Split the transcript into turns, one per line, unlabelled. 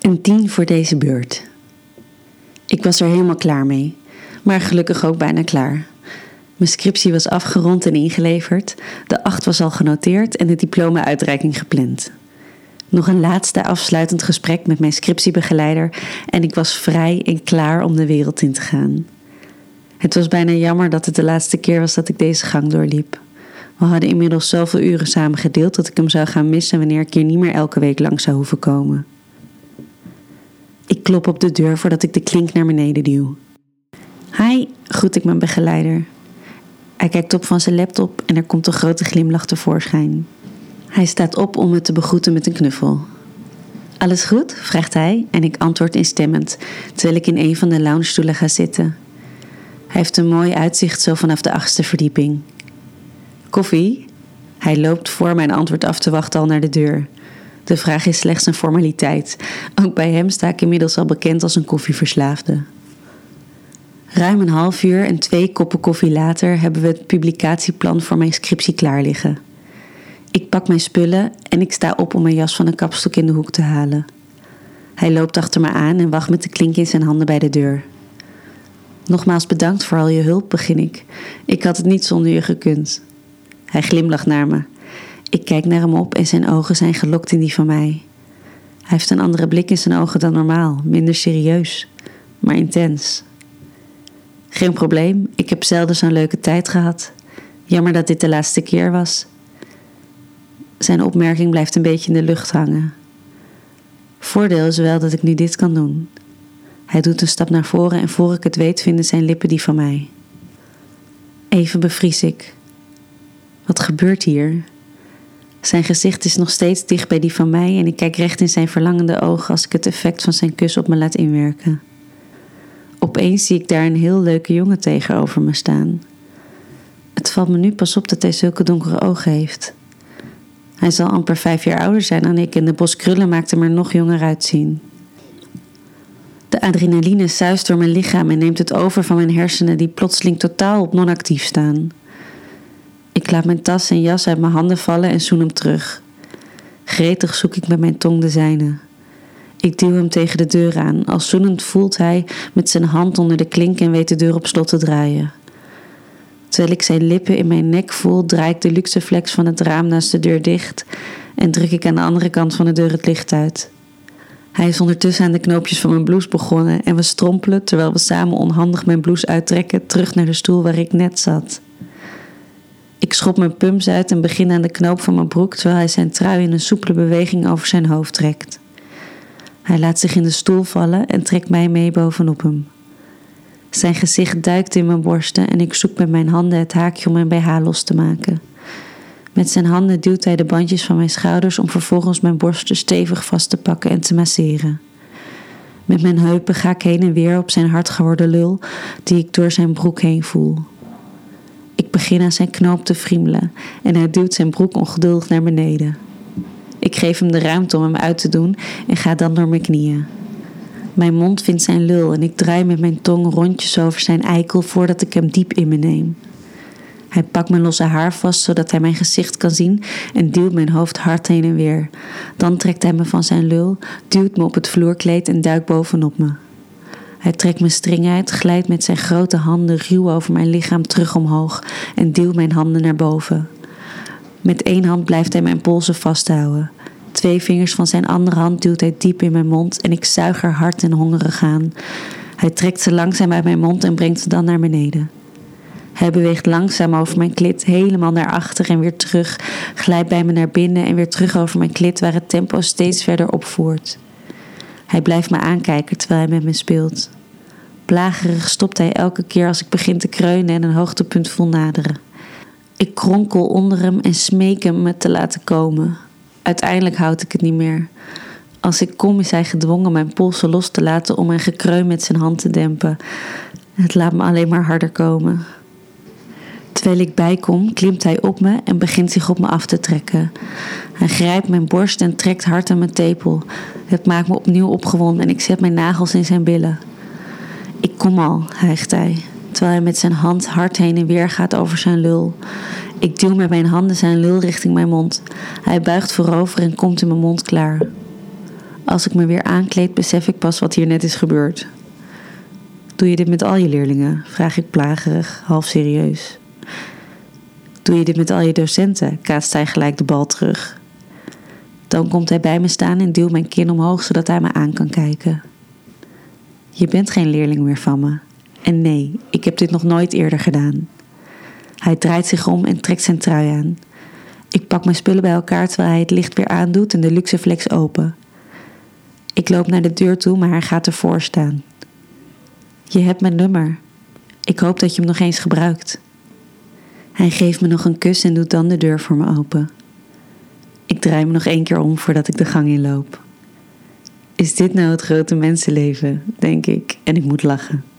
Een 10 voor deze beurt. Ik was er helemaal klaar mee, maar gelukkig ook bijna klaar. Mijn scriptie was afgerond en ingeleverd, de 8 was al genoteerd en de diploma-uitreiking gepland. Nog een laatste afsluitend gesprek met mijn scriptiebegeleider en ik was vrij en klaar om de wereld in te gaan. Het was bijna jammer dat het de laatste keer was dat ik deze gang doorliep. We hadden inmiddels zoveel uren samen gedeeld dat ik hem zou gaan missen wanneer ik hier niet meer elke week langs zou hoeven komen. Ik klop op de deur voordat ik de klink naar beneden duw. Hi, groet ik mijn begeleider. Hij kijkt op van zijn laptop en er komt een grote glimlach tevoorschijn. Hij staat op om me te begroeten met een knuffel. Alles goed? Vraagt hij en ik antwoord instemmend, terwijl ik in een van de loungestoelen ga zitten. Hij heeft een mooi uitzicht zo vanaf de 8e verdieping. Koffie? Hij loopt voor mijn antwoord af te wachten al naar de deur. De vraag is slechts een formaliteit. Ook bij hem sta ik inmiddels al bekend als een koffieverslaafde. Ruim een half uur en 2 koppen koffie later hebben we het publicatieplan voor mijn scriptie klaar liggen. Ik pak mijn spullen en ik sta op om mijn jas van een kapstok in de hoek te halen. Hij loopt achter me aan en wacht met de klink in zijn handen bij de deur. Nogmaals bedankt voor al je hulp, begin ik. Ik had het niet zonder je gekund. Hij glimlacht naar me. Ik kijk naar hem op en zijn ogen zijn gelokt in die van mij. Hij heeft een andere blik in zijn ogen dan normaal, minder serieus, maar intens. Geen probleem, ik heb zelden zo'n leuke tijd gehad. Jammer dat dit de laatste keer was. Zijn opmerking blijft een beetje in de lucht hangen. Voordeel is wel dat ik nu dit kan doen. Hij doet een stap naar voren en voor ik het weet vinden zijn lippen die van mij. Even bevries ik. Wat gebeurt hier? Zijn gezicht is nog steeds dicht bij die van mij en ik kijk recht in zijn verlangende ogen als ik het effect van zijn kus op me laat inwerken. Opeens zie ik daar een heel leuke jongen tegenover me staan. Het valt me nu pas op dat hij zulke donkere ogen heeft. Hij zal amper 5 jaar ouder zijn dan ik en de bos krullen maakt hem er nog jonger uitzien. De adrenaline suist door mijn lichaam en neemt het over van mijn hersenen die plotseling totaal op non-actief staan. Ik laat mijn tas en jas uit mijn handen vallen en zoen hem terug. Gretig zoek ik met mijn tong de zijne. Ik duw hem tegen de deur aan. Als zoenend voelt hij met zijn hand onder de klink en weet de deur op slot te draaien. Terwijl ik zijn lippen in mijn nek voel, draai ik de luxe flex van het raam naast de deur dicht en druk ik aan de andere kant van de deur het licht uit. Hij is ondertussen aan de knoopjes van mijn blouse begonnen en we strompelen, terwijl we samen onhandig mijn blouse uittrekken, terug naar de stoel waar ik net zat. Ik schop mijn pumps uit en begin aan de knoop van mijn broek, terwijl hij zijn trui in een soepele beweging over zijn hoofd trekt. Hij laat zich in de stoel vallen en trekt mij mee bovenop hem. Zijn gezicht duikt in mijn borsten en ik zoek met mijn handen het haakje om mijn BH los te maken. Met zijn handen duwt hij de bandjes van mijn schouders om vervolgens mijn borsten stevig vast te pakken en te masseren. Met mijn heupen ga ik heen en weer op zijn hard geworden lul die ik door zijn broek heen voel. Ik begin aan zijn knoop te friemelen en hij duwt zijn broek ongeduldig naar beneden. Ik geef hem de ruimte om hem uit te doen en ga dan door mijn knieën. Mijn mond vindt zijn lul en ik draai met mijn tong rondjes over zijn eikel voordat ik hem diep in me neem. Hij pakt mijn losse haar vast zodat hij mijn gezicht kan zien en duwt mijn hoofd hard heen en weer. Dan trekt hij me van zijn lul, duwt me op het vloerkleed en duikt bovenop me. Hij trekt mijn string uit, glijdt met zijn grote handen ruw over mijn lichaam terug omhoog en duwt mijn handen naar boven. Met 1 hand blijft hij mijn polsen vasthouden. 2 vingers van zijn andere hand duwt hij diep in mijn mond en ik zuig er hard en hongerig aan. Hij trekt ze langzaam uit mijn mond en brengt ze dan naar beneden. Hij beweegt langzaam over mijn klit, helemaal naar achter en weer terug, glijdt bij me naar binnen en weer terug over mijn klit waar het tempo steeds verder opvoert. Hij blijft me aankijken terwijl hij met me speelt. Plagerig stopt hij elke keer als ik begin te kreunen en een hoogtepunt voel naderen. Ik kronkel onder hem en smeek hem me te laten komen. Uiteindelijk houd ik het niet meer. Als ik kom is hij gedwongen mijn polsen los te laten om mijn gekreun met zijn hand te dempen. Het laat me alleen maar harder komen. Terwijl ik bijkom, klimt hij op me en begint zich op me af te trekken. Hij grijpt mijn borst en trekt hard aan mijn tepel. Het maakt me opnieuw opgewonden en ik zet mijn nagels in zijn billen. Ik kom al, hijgt hij, terwijl hij met zijn hand hard heen en weer gaat over zijn lul. Ik duw met mijn handen zijn lul richting mijn mond. Hij buigt voorover en komt in mijn mond klaar. Als ik me weer aankleed, besef ik pas wat hier net is gebeurd. Doe je dit met al je leerlingen? Vraag ik plagerig, half serieus. Doe je dit met al je docenten? Kaatst hij gelijk de bal terug. Dan komt hij bij me staan en duwt mijn kin omhoog, zodat hij me aan kan kijken. Je bent geen leerling meer van me. En nee, ik heb dit nog nooit eerder gedaan. Hij draait zich om en trekt zijn trui aan. Ik pak mijn spullen bij elkaar terwijl hij het licht weer aandoet en de Luxeflex open. Ik loop naar de deur toe, maar hij gaat ervoor staan. Je hebt mijn nummer. Ik hoop dat je hem nog eens gebruikt. Hij geeft me nog een kus en doet dan de deur voor me open. Ik draai me nog 1 keer om voordat ik de gang inloop. Is dit nou het grote mensenleven, denk ik, en ik moet lachen.